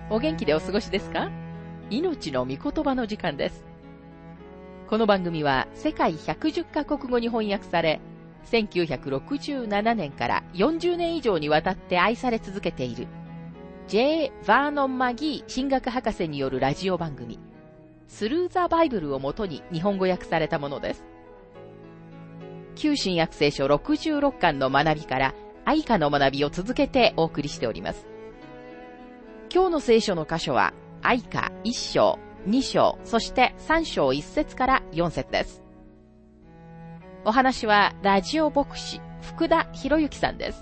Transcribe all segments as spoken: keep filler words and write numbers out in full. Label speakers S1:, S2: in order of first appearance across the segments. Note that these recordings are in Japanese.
S1: お元気でお過ごしですか？命の御言葉の時間です。この番組は世界ひゃくじゅっカ国語に翻訳され、せんきゅうひゃくろくじゅうななねんからよんじゅうねん以上にわたって愛され続けている J. バーノン・マギー神学博士によるラジオ番組スルー・ザ・バイブルをもとに日本語訳されたものです。旧新約聖書ろくじゅうろっかんの学びから愛歌の学びを続けてお送りしております。今日の聖書の箇所は愛歌いっ章、に章、そしてさん章いっ節からよん節です。お話はラジオ牧師福田博之さんです。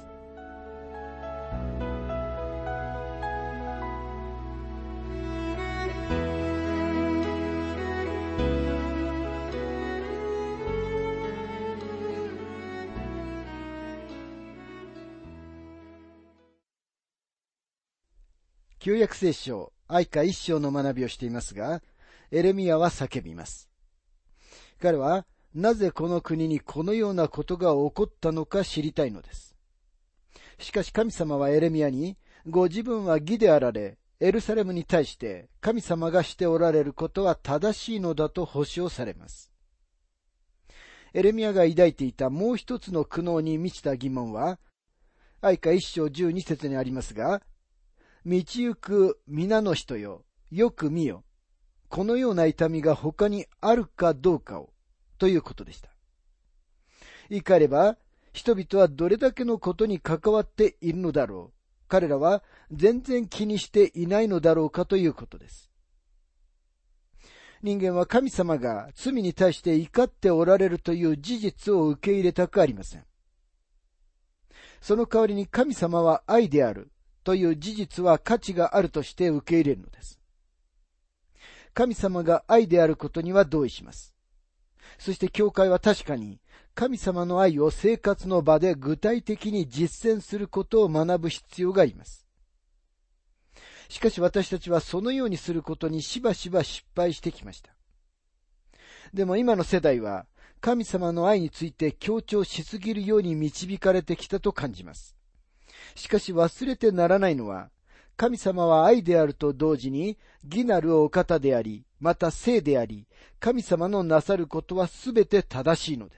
S2: 旧約聖書愛歌一章の学びをしていますが、エレミヤは叫びます。彼はなぜこの国にこのようなことが起こったのか知りたいのです。しかし神様はエレミヤに、ご自分は義であられ、エルサレムに対して神様がしておられることは正しいのだと保証されます。エレミヤが抱いていたもう一つの苦悩に満ちた疑問は、愛歌一章十二節にありますが、道行く皆の人よ、よく見よ。このような痛みが他にあるかどうかを、ということでした。言い換えれば、人々はどれだけのことに関わっているのだろう。彼らは全然気にしていないのだろうかということです。人間は神様が罪に対して怒っておられるという事実を受け入れたくありません。その代わりに神様は愛である。という事実は価値があるとして受け入れるのです。神様が愛であることには同意します。そして教会は確かに神様の愛を生活の場で具体的に実践することを学ぶ必要があります。しかし私たちはそのようにすることにしばしば失敗してきました。でも今の世代は神様の愛について強調しすぎるように導かれてきたと感じます。しかし忘れてならないのは、神様は愛であると同時に義なるお方であり、また聖であり、神様のなさることはすべて正しいのです。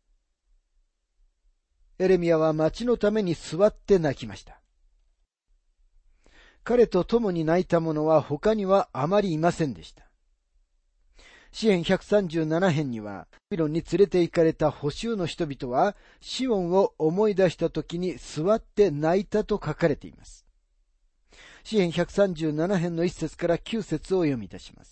S2: エレミヤは町のために座って泣きました。彼と共に泣いた者は他にはあまりいませんでした。詩編ひゃくさんじゅうなな編には、バビロンに連れて行かれた捕囚の人々は、シオンを思い出した時に座って泣いたと書かれています。詩編ひゃくさんじゅうなな編のいっ節からきゅう節を読み出します。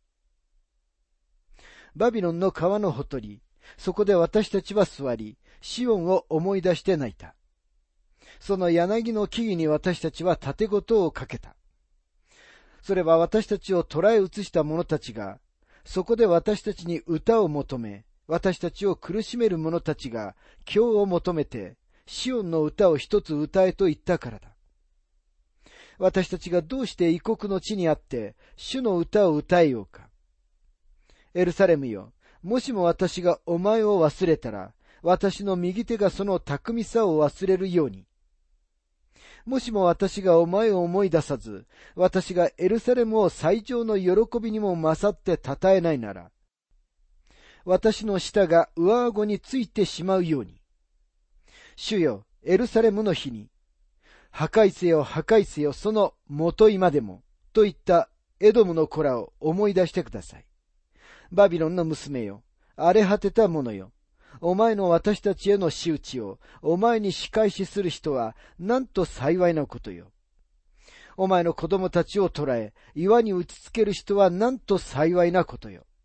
S2: バビロンの川のほとり、そこで私たちは座り、シオンを思い出して泣いた。その柳の木々に私たちは盾事をかけた。それは私たちを捕らえ移した者たちが、そこで私たちに歌を求め、私たちを苦しめる者たちが今日を求めて、シオンの歌を一つ歌えと言ったからだ。私たちがどうして異国の地にあって、主の歌を歌えようか。エルサレムよ、もしも私がお前を忘れたら、私の右手がその巧みさを忘れるように。もしも私がお前を思い出さず、私がエルサレムを最上の喜びにも勝って称えないなら、私の舌が上顎についてしまうように。主よ、エルサレムの日に、破壊せよ破壊せよその元今でも、といったエドムの子らを思い出してください。バビロンの娘よ、荒れ果てた者よ。お前の私たちへの仕打ちをお前に仕返しする人はなんと幸いなことよ。お前の子供たちを捕らえ岩に打ちつける人はなんと幸いなことよ。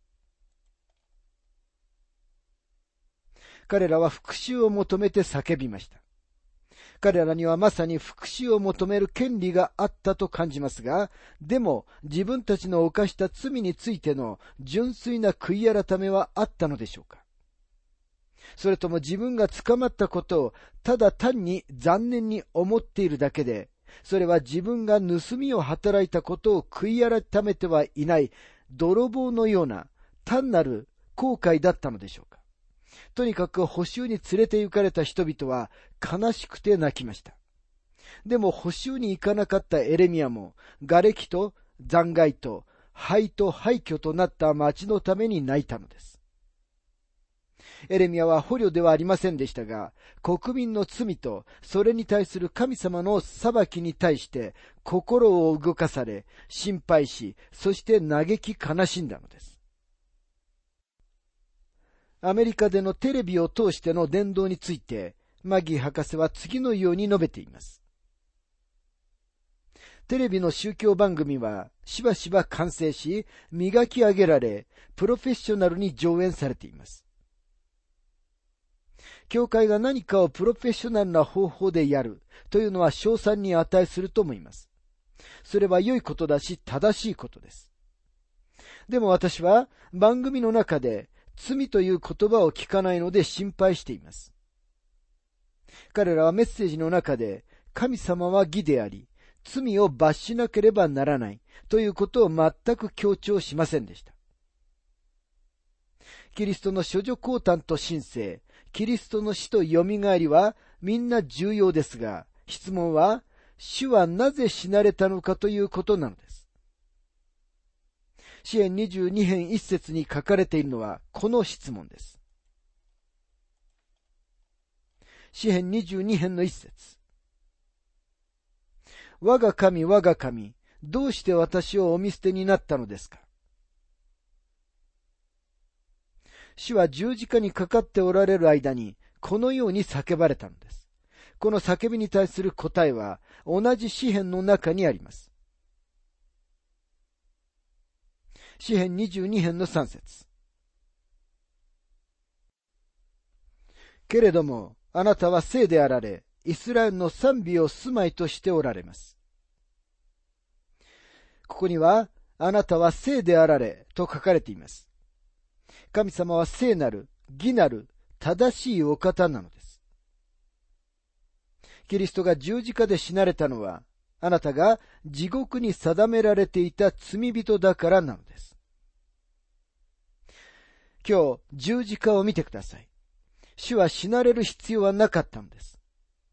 S2: 彼らは復讐を求めて叫びました。彼らにはまさに復讐を求める権利があったと感じますが、でも自分たちの犯した罪についての純粋な悔い改めはあったのでしょうか。それとも自分が捕まったことをただ単に残念に思っているだけで、それは自分が盗みを働いたことを悔い改めてはいない泥棒のような単なる後悔だったのでしょうか。とにかく捕囚に連れて行かれた人々は悲しくて泣きました。 でも補修に行かなかったエレミヤも、瓦礫と残骸と灰と廃墟となった町のために泣いたのです。エレミヤは捕虜ではありませんでしたが、国民の罪とそれに対する神様の裁きに対して心を動かされ、心配し、そして嘆き悲しんだのです。アメリカでのテレビを通しての伝道について、マギー博士は次のように述べています。テレビの宗教番組はしばしば完成し、磨き上げられ、プロフェッショナルに上演されています。教会が何かをプロフェッショナルな方法でやるというのは称賛に値すると思います。それは良いことだし正しいことです。でも私は番組の中で罪という言葉を聞かないので心配しています。彼らはメッセージの中で神様は義であり、罪を罰しなければならないということを全く強調しませんでした。キリストの処女降誕と神聖、キリストの死とよみがえりはみんな重要ですが、質問は、主はなぜ死なれたのかということなのです。詩編にじゅうに編一節に書かれているのはこの質問です。詩編にじゅうに編の一節。我が神、我が神、どうして私をお見捨てになったのですか。主は十字架にかかっておられる間に、このように叫ばれたのです。この叫びに対する答えは、同じ詩編の中にあります。詩編にじゅうに編のさん節。けれども、あなたは聖であられ、イスラエルの賛美を住まいとしておられます。ここには、あなたは聖であられと書かれています。神様は聖なる、義なる、正しいお方なのです。キリストが十字架で死なれたのは、あなたが地獄に定められていた罪人だからなのです。今日、十字架を見てください。主は死なれる必要はなかったのです。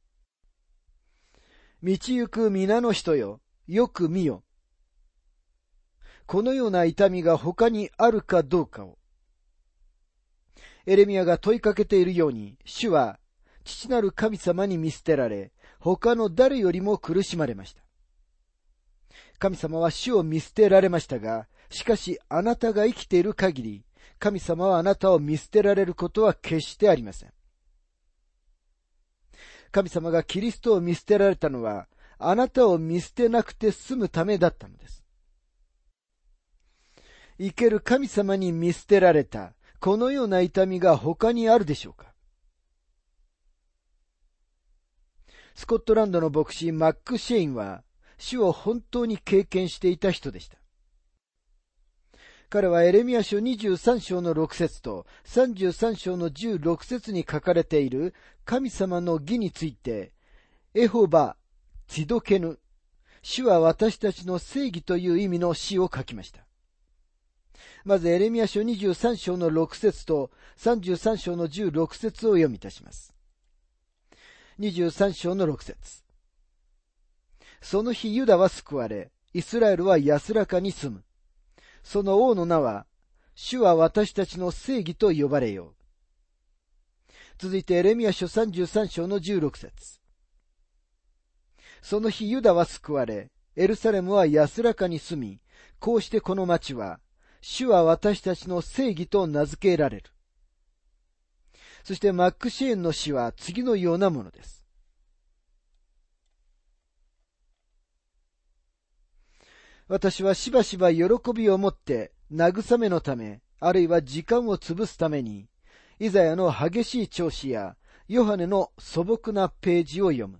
S2: 道行く皆の人よ、よく見よ。このような痛みが他にあるかどうかを。エレミヤが問いかけているように、主は父なる神様に見捨てられ、他の誰よりも苦しまれました。神様は主を見捨てられましたが、しかしあなたが生きている限り、神様はあなたを見捨てられることは決してありません。神様がキリストを見捨てられたのは、あなたを見捨てなくて済むためだったのです。生ける神様に見捨てられた、このような痛みが他にあるでしょうか。スコットランドの牧師マック・シェインは死を本当に経験していた人でした。彼はエレミヤ書にじゅうさん章のろく節とさんじゅうさん章のじゅうろく節に書かれている神様の義について、エホバ・ツィドケヌ、主は私たちの正義という意味の詩を書きました。まずエレミヤ書にじゅうさん章のろく節とさんじゅうさん章のじゅうろく節を読みいたします。にじゅうさん章のろく節。その日ユダは救われ、イスラエルは安らかに住む。その王の名は、主は私たちの正義と呼ばれよう。続いてエレミヤ書さんじゅうさん章のじゅうろく節。その日ユダは救われ、エルサレムは安らかに住み、こうしてこの町は、主は私たちの正義と名付けられる。そしてマック・シェーンの詩は次のようなものです。私はしばしば喜びを持って慰めのため、あるいは時間を潰すために、イザヤの激しい調子やヨハネの素朴なページを読む。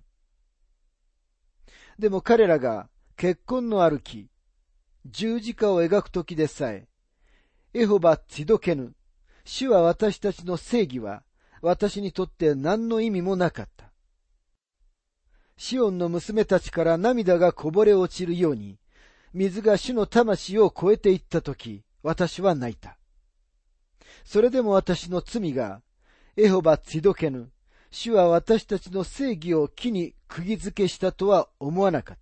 S2: でも彼らが結婚の歩き、十字架を描くときでさえ、エホバ・ツィドケヌ、主は私たちの正義は、私にとって何の意味もなかった。シオンの娘たちから涙がこぼれ落ちるように、水が主の魂を超えていったとき、私は泣いた。それでも私の罪が、エホバ・ツィドケヌ、 主は私たちの正義を木に釘付けしたとは思わなかった。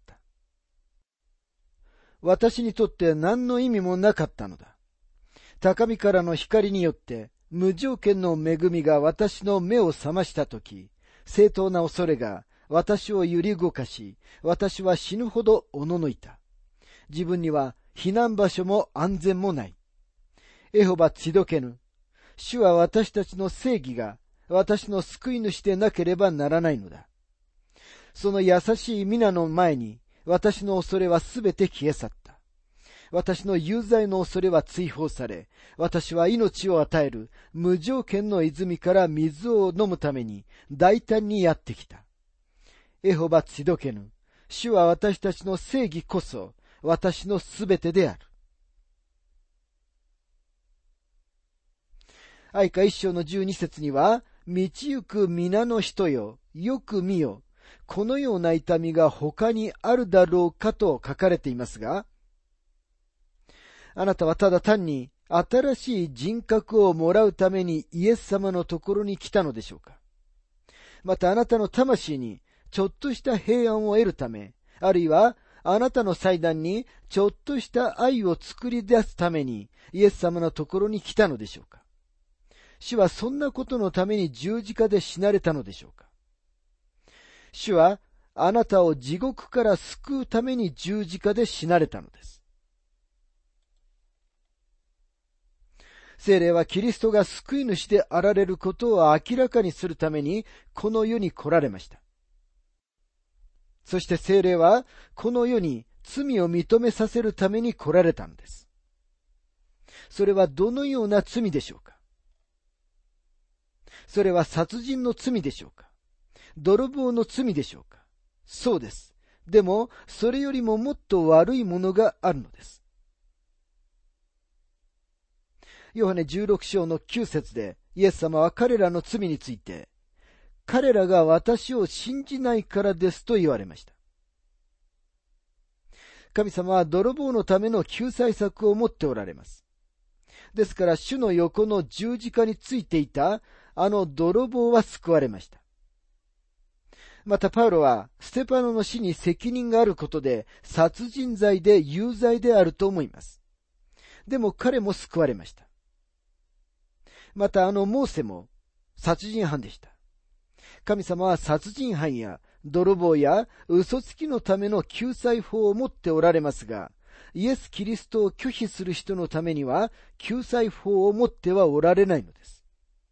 S2: 私にとって何の意味もなかったのだ。高みからの光によって無条件の恵みが私の目を覚ましたとき、正当な恐れが私を揺り動かし、私は死ぬほどおののいた。自分には避難場所も安全もない。エホバつどけぬ。主は私たちの正義が私の救い主でなければならないのだ。その優しい皆の前に私の恐れはすべて消え去った。私の有罪の恐れは追放され、私は命を与える無条件の泉から水を飲むために大胆にやってきた。エホバつどけぬ。主は私たちの正義こそ私のすべてである。愛歌一章の十二節には、道行く皆の人よ、よく見よ。このような痛みが他にあるだろうかと書かれていますが、あなたはただ単に新しい人格をもらうためにイエス様のところに来たのでしょうか。またあなたの魂にちょっとした平安を得るため、あるいはあなたの祭壇にちょっとした愛を作り出すためにイエス様のところに来たのでしょうか。主はそんなことのために十字架で死なれたのでしょうか。主はあなたを地獄から救うために十字架で死なれたのです。聖霊はキリストが救い主であられることを明らかにするためにこの世に来られました。そして聖霊はこの世に罪を認めさせるために来られたのです。それはどのような罪でしょうか。それは殺人の罪でしょうか。泥棒の罪でしょうか。そうです。でもそれよりももっと悪いものがあるのです。ヨハネじゅうろく章のきゅう節でイエス様は彼らの罪について、彼らが私を信じないからですと言われました。神様は泥棒のための救済策を持っておられます。ですから主の横の十字架についていたあの泥棒は救われました。またパウロはステパノの死に責任があることで殺人罪で有罪であると思います。でも彼も救われました。またあのモーセも殺人犯でした。神様は殺人犯や泥棒や嘘つきのための救済法を持っておられますが、イエス・キリストを拒否する人のためには救済法を持ってはおられないのです。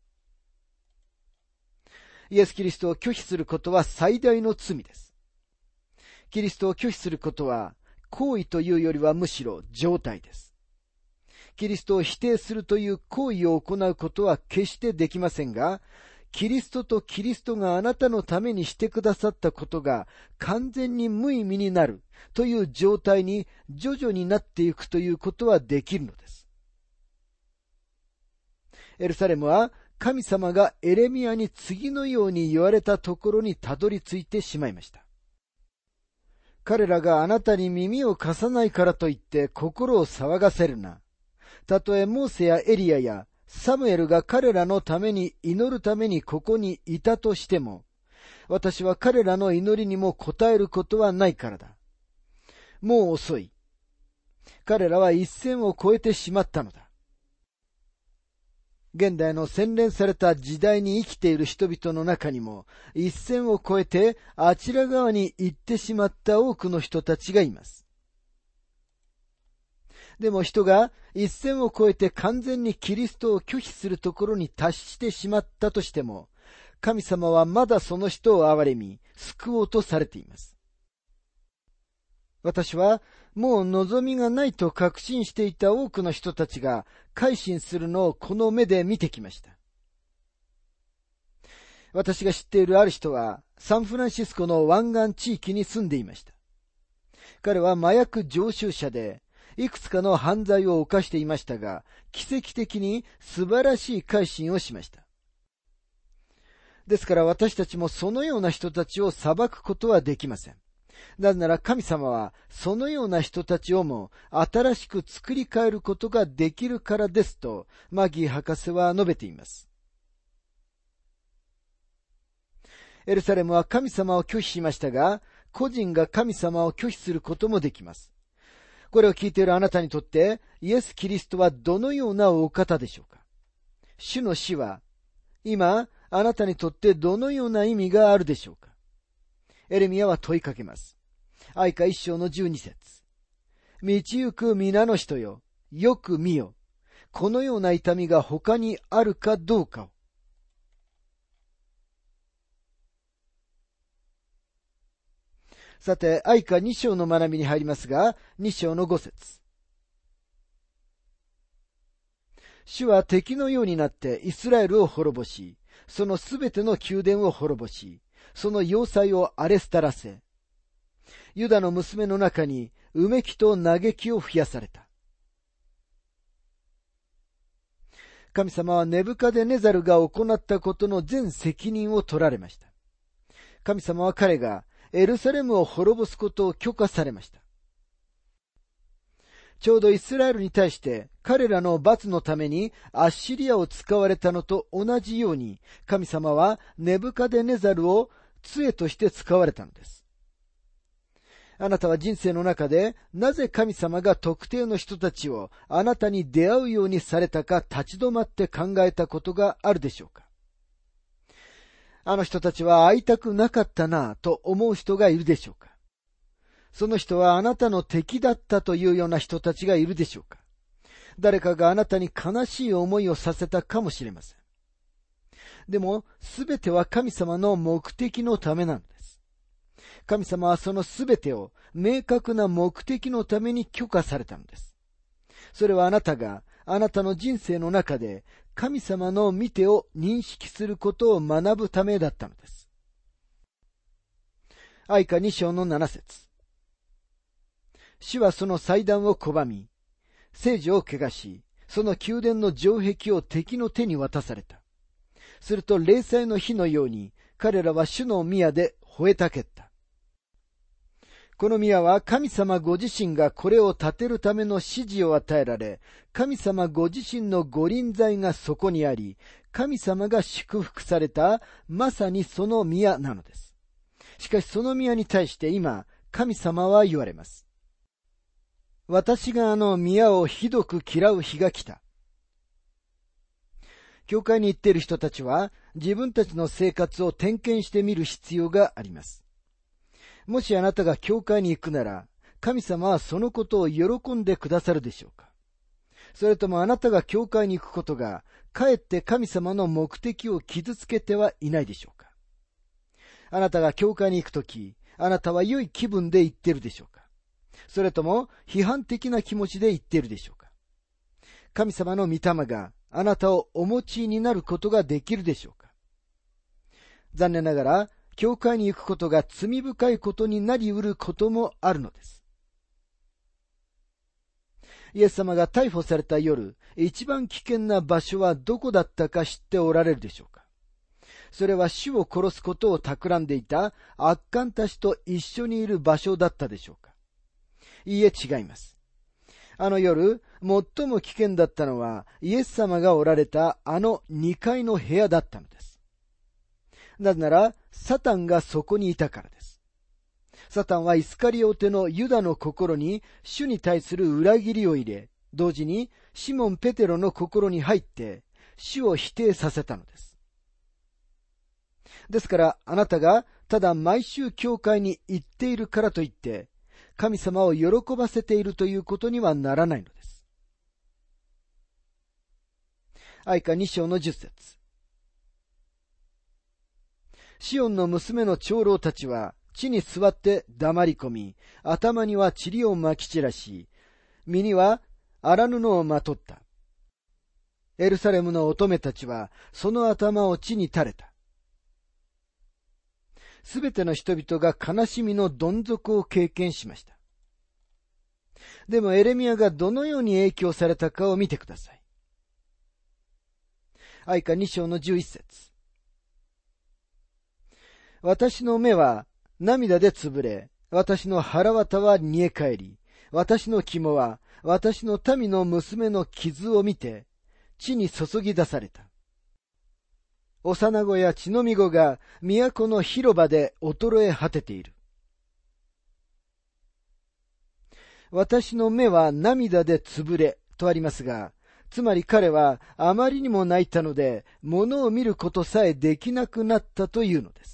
S2: イエス・キリストを拒否することは最大の罪です。キリストを拒否することは行為というよりはむしろ状態です。キリストを否定するという行為を行うことは決してできませんが、キリストとキリストがあなたのためにしてくださったことが完全に無意味になるという状態に徐々になっていくということはできるのです。エルサレムは神様がエレミヤに次のように言われたところにたどり着いてしまいました。彼らがあなたに耳を貸さないからといって心を騒がせるな。たとえモーセやエリアやサムエルが彼らのために祈るためにここにいたとしても、私は彼らの祈りにも応えることはないからだ。もう遅い。彼らは一線を越えてしまったのだ。現代の洗練された時代に生きている人々の中にも、一線を越えてあちら側に行ってしまった多くの人たちがいます。でも人が一線を越えて完全にキリストを拒否するところに達してしまったとしても、神様はまだその人を憐れみ、救おうとされています。私はもう望みがないと確信していた多くの人たちが改心するのをこの目で見てきました。私が知っているある人はサンフランシスコの湾岸地域に住んでいました。彼は麻薬常習者で、いくつかの犯罪を犯していましたが、奇跡的に素晴らしい改心をしました。ですから私たちもそのような人たちを裁くことはできません。なぜなら神様はそのような人たちをも新しく作り変えることができるからですと、マギー博士は述べています。 エルサレムは神様を拒否しましたが、個人が神様を拒否することもできます。これを聞いているあなたにとって、イエス・キリストはどのようなお方でしょうか。主の死は、今、あなたにとってどのような意味があるでしょうか。エレミヤは問いかけます。哀歌一章の十二節。道行く皆の人よ、よく見よ。このような痛みが他にあるかどうかを。さて、哀歌二章の学びに入りますが、二章の五節。主は敵のようになってイスラエルを滅ぼし、そのすべての宮殿を滅ぼし、その要塞を荒れ廃らせ、ユダの娘の中にうめきと嘆きを増やされた。神様はネブカデネザルが行ったことの全責任を取られました。神様は彼がエルサレムを滅ぼすことを許可されました。ちょうどイスラエルに対して彼らの罰のためにアッシリアを使われたのと同じように、神様はネブカデネザルを杖として使われたのです。あなたは人生の中でなぜ神様が特定の人たちをあなたに出会うようにされたか立ち止まって考えたことがあるでしょうか。あの人たちは会いたくなかったなと思う人がいるでしょうか。その人はあなたの敵だったというような人たちがいるでしょうか。誰かがあなたに悲しい思いをさせたかもしれません。でも、すべては神様の目的のためなのです。神様はそのすべてを明確な目的のために許可されたのです。それはあなたがあなたの人生の中で神様の見てを認識することを学ぶためだったのです。哀歌二章の七節。主はその祭壇を拒み、聖女を汚し、その宮殿の城壁を敵の手に渡された。すると霊祭の日のように彼らは主の宮で吠えたけった。この宮は神様ご自身がこれを建てるための指示を与えられ、神様ご自身の御臨在がそこにあり、神様が祝福されたまさにその宮なのです。しかしその宮に対して今、神様は言われます。私があの宮をひどく嫌う日が来た。教会に行っている人たちは自分たちの生活を点検してみる必要があります。もしあなたが教会に行くなら、神様はそのことを喜んでくださるでしょうか。それともあなたが教会に行くことが、かえって神様の目的を傷つけてはいないでしょうか。あなたが教会に行くとき、あなたは良い気分で行っているでしょうか。それとも批判的な気持ちで言っているでしょうか。神様の御霊があなたをお持ちになることができるでしょうか。残念ながら、教会に行くことが罪深いことになり得ることもあるのです。イエス様が逮捕された夜、一番危険な場所はどこだったか知っておられるでしょうか。それは主を殺すことを企んでいた悪漢たちと一緒にいる場所だったでしょうか。いいえ、違います。あの夜、最も危険だったのは、イエス様がおられたあのにかいの部屋だったのです。なぜなら、サタンがそこにいたからです。サタンはイスカリオテのユダの心に主に対する裏切りを入れ、同時にシモン・ペテロの心に入って、主を否定させたのです。ですから、あなたがただ毎週教会に行っているからといって、神様を喜ばせているということにはならないのです。哀歌二章の十節。シオンの娘の長老たちは地に座って黙り込み、頭には塵をまき散らし、身には荒布をまとった。エルサレムの乙女たちはその頭を地に垂れた。すべての人々が悲しみのどん底を経験しました。でもエレミヤがどのように影響されたかを見てください。哀歌二章の十一節。私の目は涙でつぶれ、私の腹渡は煮え返り、私の肝は私の民の娘の傷を見て、地に注ぎ出された。 幼子や血のみ子が都の広場で衰え果てている。私の目は涙でつぶれとありますが、つまり彼はあまりにも泣いたので、物を見ることさえできなくなったというのです。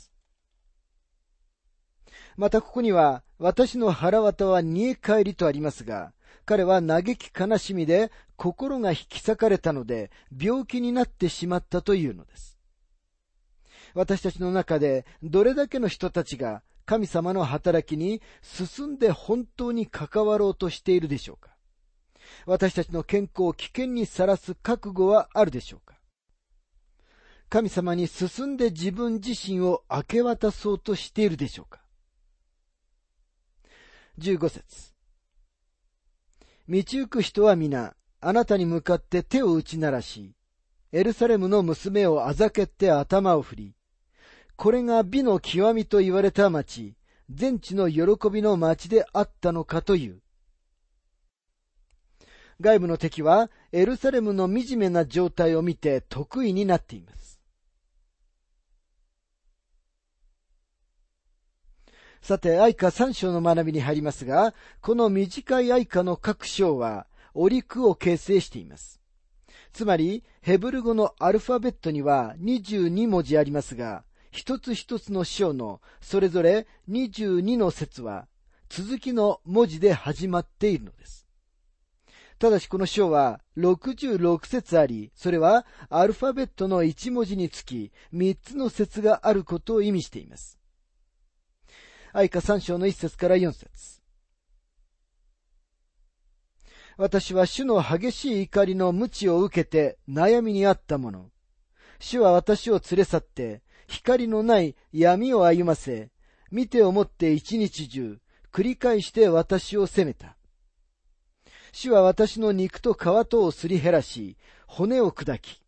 S2: またここには、私の腹渡は煮え返りとありますが、彼は嘆き悲しみで心が引き裂かれたので、病気になってしまったというのです。私たちの中でどれだけの人たちが神様の働きに進んで本当に関わろうとしているでしょうか。私たちの健康を危険にさらす覚悟はあるでしょうか。神様に進んで自分自身を明け渡そうとしているでしょうか。じゅうご節。道行く人は皆あなたに向かって手を打ち鳴らし、エルサレムの娘をあざけって頭を振り、これが美の極みと言われた町、全地の喜びの町であったのかという。外部の敵はエルサレムの惨めな状態を見て得意になっています。さて、愛歌さん章の学びに入りますが、この短い愛歌の各章は、折句を形成しています。つまり、ヘブル語のアルファベットにはにじゅうに文字ありますが、一つ一つの章のそれぞれにじゅうにの節は、続きの文字で始まっているのです。ただしこの章はろくじゅうろく節あり、それはアルファベットのいち文字につきみっつの節があることを意味しています。愛歌さん章のいち節からよん節。私は主の激しい怒りの鞭を受けて悩みにあったもの。主は私を連れ去って、光のない闇を歩ませ、見てをもって一日中、繰り返して私を責めた。主は私の肉と皮とをすり減らし、骨を砕き。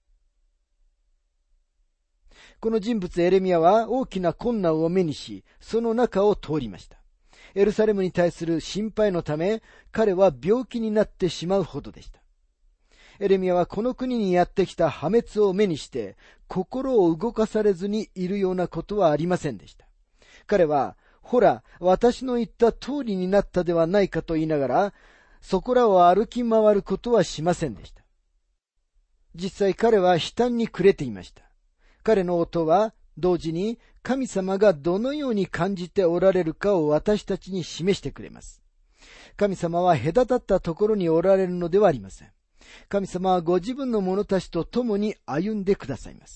S2: この人物エレミヤは大きな困難を目にし、その中を通りました。エルサレムに対する心配のため、彼は病気になってしまうほどでした。エレミヤはこの国にやってきた破滅を目にして、心を動かされずにいるようなことはありませんでした。彼は、ほら、私の言った通りになったではないかと言いながら、そこらを歩き回ることはしませんでした。実際彼は悲嘆に暮れていました。彼の音は同時に神様がどのように感じておられるかを私たちに示してくれます。神様は隔たったところにおられるのではありません。神様はご自分の者たちと共に歩んでくださいます。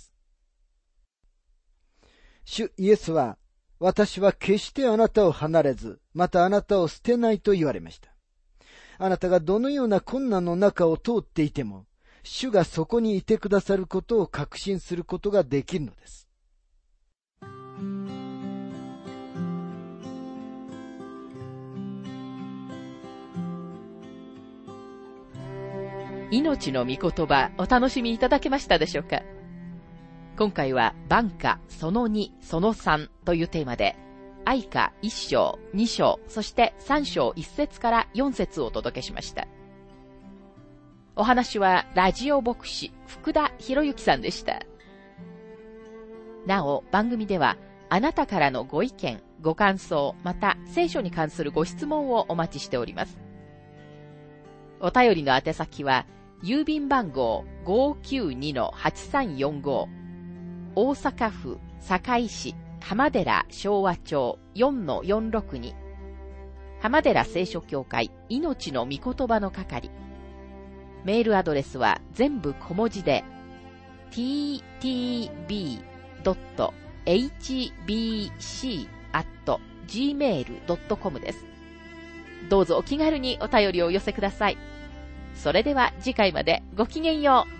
S2: 主イエスは、私は決してあなたを離れず、またあなたを捨てないと言われました。あなたがどのような困難の中を通っていても、主がそこにいてくださることを確信することができるのです。
S1: 命の御言葉、お楽しみいただけましたでしょうか。今回は挽歌そのに、そのさんというテーマで、愛歌いっ章、に章、そしてさん章いち節からよん節をお届けしました。お話はラジオ牧師福田博之さんでした。なお、番組ではあなたからのご意見、ご感想、また聖書に関するご質問をお待ちしております。お便りの宛先は郵便番号 ごーきゅうにのはちさんよんご 大阪府堺市浜寺昭和町 よんのよんろくに 浜寺聖書協会命の御言葉の係。メールアドレスは全部小文字で ティーティービードットエイチビーシーアットジーメールドットコム です。どうぞお気軽にお便りをお寄せください。それでは次回までごきげんよう。